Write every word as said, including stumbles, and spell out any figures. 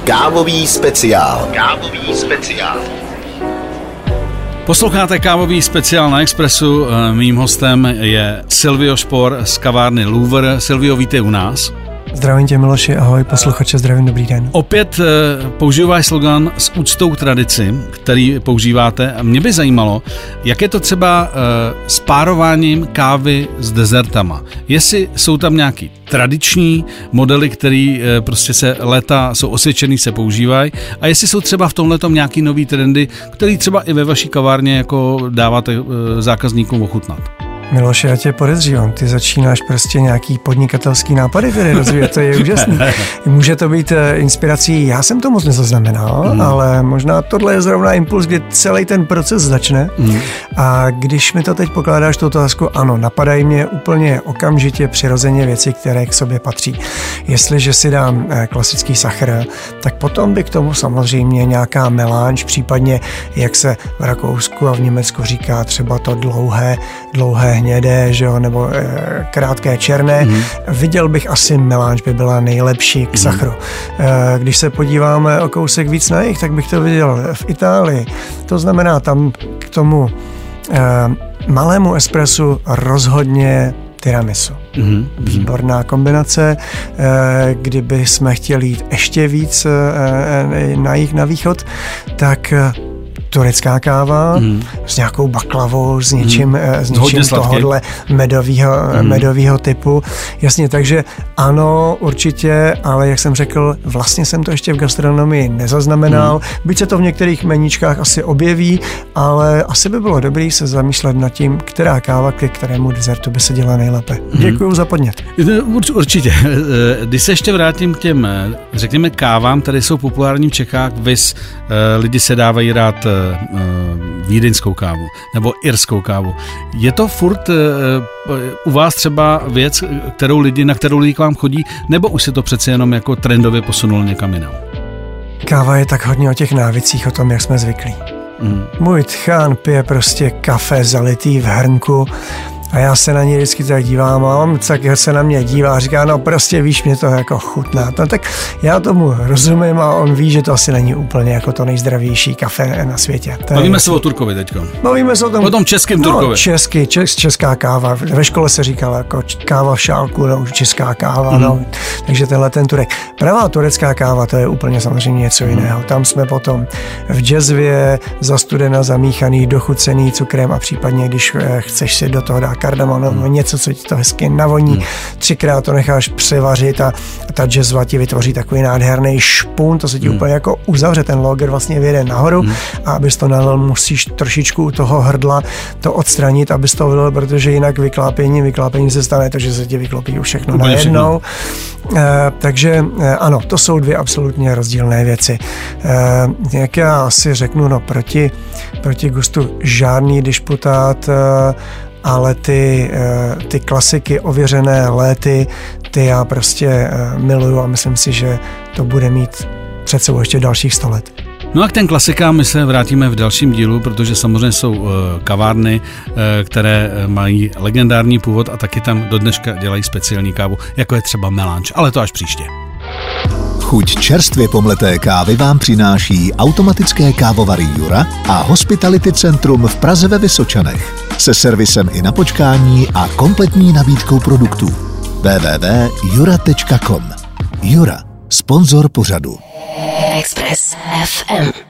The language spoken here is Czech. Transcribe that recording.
Kávový speciál. Kávový speciál. Posloucháte Kávový speciál na Expressu. Mým hostem je Silvio Špor z kavárny Louvre. Silvio, vítej u nás. Zdravím tě, Miloši, ahoj, posluchače, zdravím, dobrý den. Opět použiju váš slogan s úctou k tradici, který používáte. Mě by zajímalo, jak je to třeba s párováním kávy s dezertama. Jestli jsou tam nějaký tradiční modely, které prostě se léta jsou osvědčený, se používají, a jestli jsou třeba v tomhletom nějaký nový trendy, který třeba i ve vaší kavárně jako dáváte zákazníkům ochutnat. Miloši, já tě podezřívám, ty začínáš prostě nějaký podnikatelský nápady tady rozvíjet, to je úžasný. Může to být inspirací, já jsem to moc nezaznamenal, mm. ale možná tohle je zrovna impuls, kdy celý ten proces začne. Mm. A když mi to teď pokládáš tu otázku, ano, napadají mě úplně okamžitě přirozeně věci, které k sobě patří. Jestliže si dám klasický sachr, tak potom by k tomu samozřejmě nějaká melange, případně, jak se v Rakousku a v Německu říká, třeba to dlouhé, dlouhé hnědé, že jo, nebo e, krátké černé. Mm. Viděl bych asi melange by byla nejlepší k sachru. E, když se podíváme o kousek víc na jich, tak bych to viděl v Itálii. To znamená tam k tomu e, malému espressu rozhodně tiramisu. Mm-hmm. Výborná kombinace. E, kdyby jsme chtěli jít ještě víc e, na jih na východ, tak turecká káva mm. s nějakou baklavou, s něčím, mm. s něčím tohohle medovýho, mm. medovýho typu. Jasně, takže ano, určitě, ale jak jsem řekl, vlastně jsem to ještě v gastronomii nezaznamenal. Mm. Byť se to v některých meníčkách asi objeví, ale asi by bylo dobré se zamýšlet nad tím, která káva ke kterému dezertu by se dělala nejlépe. Mm. Děkuju za podnět. Určitě. Když se ještě vrátím k těm, řekněme, kávám, které jsou populární v Čechách, viz lidi se dávají rád vídeňskou kávu nebo irskou kávu. Je to furt u vás třeba věc, kterou lidi, na kterou lidi k vám chodí, nebo už se to přece jenom jako trendově posunulo někam jinam? Káva je tak hodně o těch návicích, o tom, jak jsme zvyklí. Mm. Můj tchán pije prostě kafe zalitý v hrnku a já se na něj vždycky tak dívám a on tak se na mě dívá a říká, no prostě víš, mě to jako chutná. No tak já tomu rozumím a on ví, že to asi není úplně jako to nejzdravější kafe na světě. To Bavíme je... se o Turkovi teďko. Bavíme se o tom, o tom českém no, Turkovi. Český, čes, česká káva. Ve škole se říkala jako káva v šálku, no, česká káva, mm. no. Takže tenhle ten Turek. Pravá turecká káva, to je úplně samozřejmě něco mm. jiného. Tam jsme potom v džezvě, zastudena, zamíchaný, dochucený cukrem a případně, když chceš si do toho dát kardamon, no, hmm. něco, co ti to hezky navoní, hmm. třikrát to necháš převařit a ta džezva ti vytvoří takový nádherný špun, to se ti hmm. úplně jako uzavře, ten lager vlastně vyjede nahoru hmm. a abys to nalil, musíš trošičku u toho hrdla to odstranit, abys to vylil, protože jinak vyklápění, vyklápění se stane to, že se ti vyklopí už všechno úplně najednou. Všechno. E, takže e, ano, to jsou dvě absolutně rozdílné věci. E, jak já asi řeknu, no proti, proti gustu žádný disputát, e, ale ty, ty klasiky ověřené léty, ty já prostě miluju a myslím si, že to bude mít před sebou ještě dalších sto let. No a k ten klasikám my se vrátíme v dalším dílu, protože samozřejmě jsou kavárny, které mají legendární původ a taky tam do dneška dělají speciální kávu, jako je třeba melange, ale to až příště. Chuť čerstvě pomleté kávy vám přináší automatické kávovary Jura a Hospitality Centrum v Praze ve Vysočanech. Se servisem i na počkání a kompletní nabídkou produktů. w w w tečka jura tečka com. Jura, sponzor pořadu. Express F M.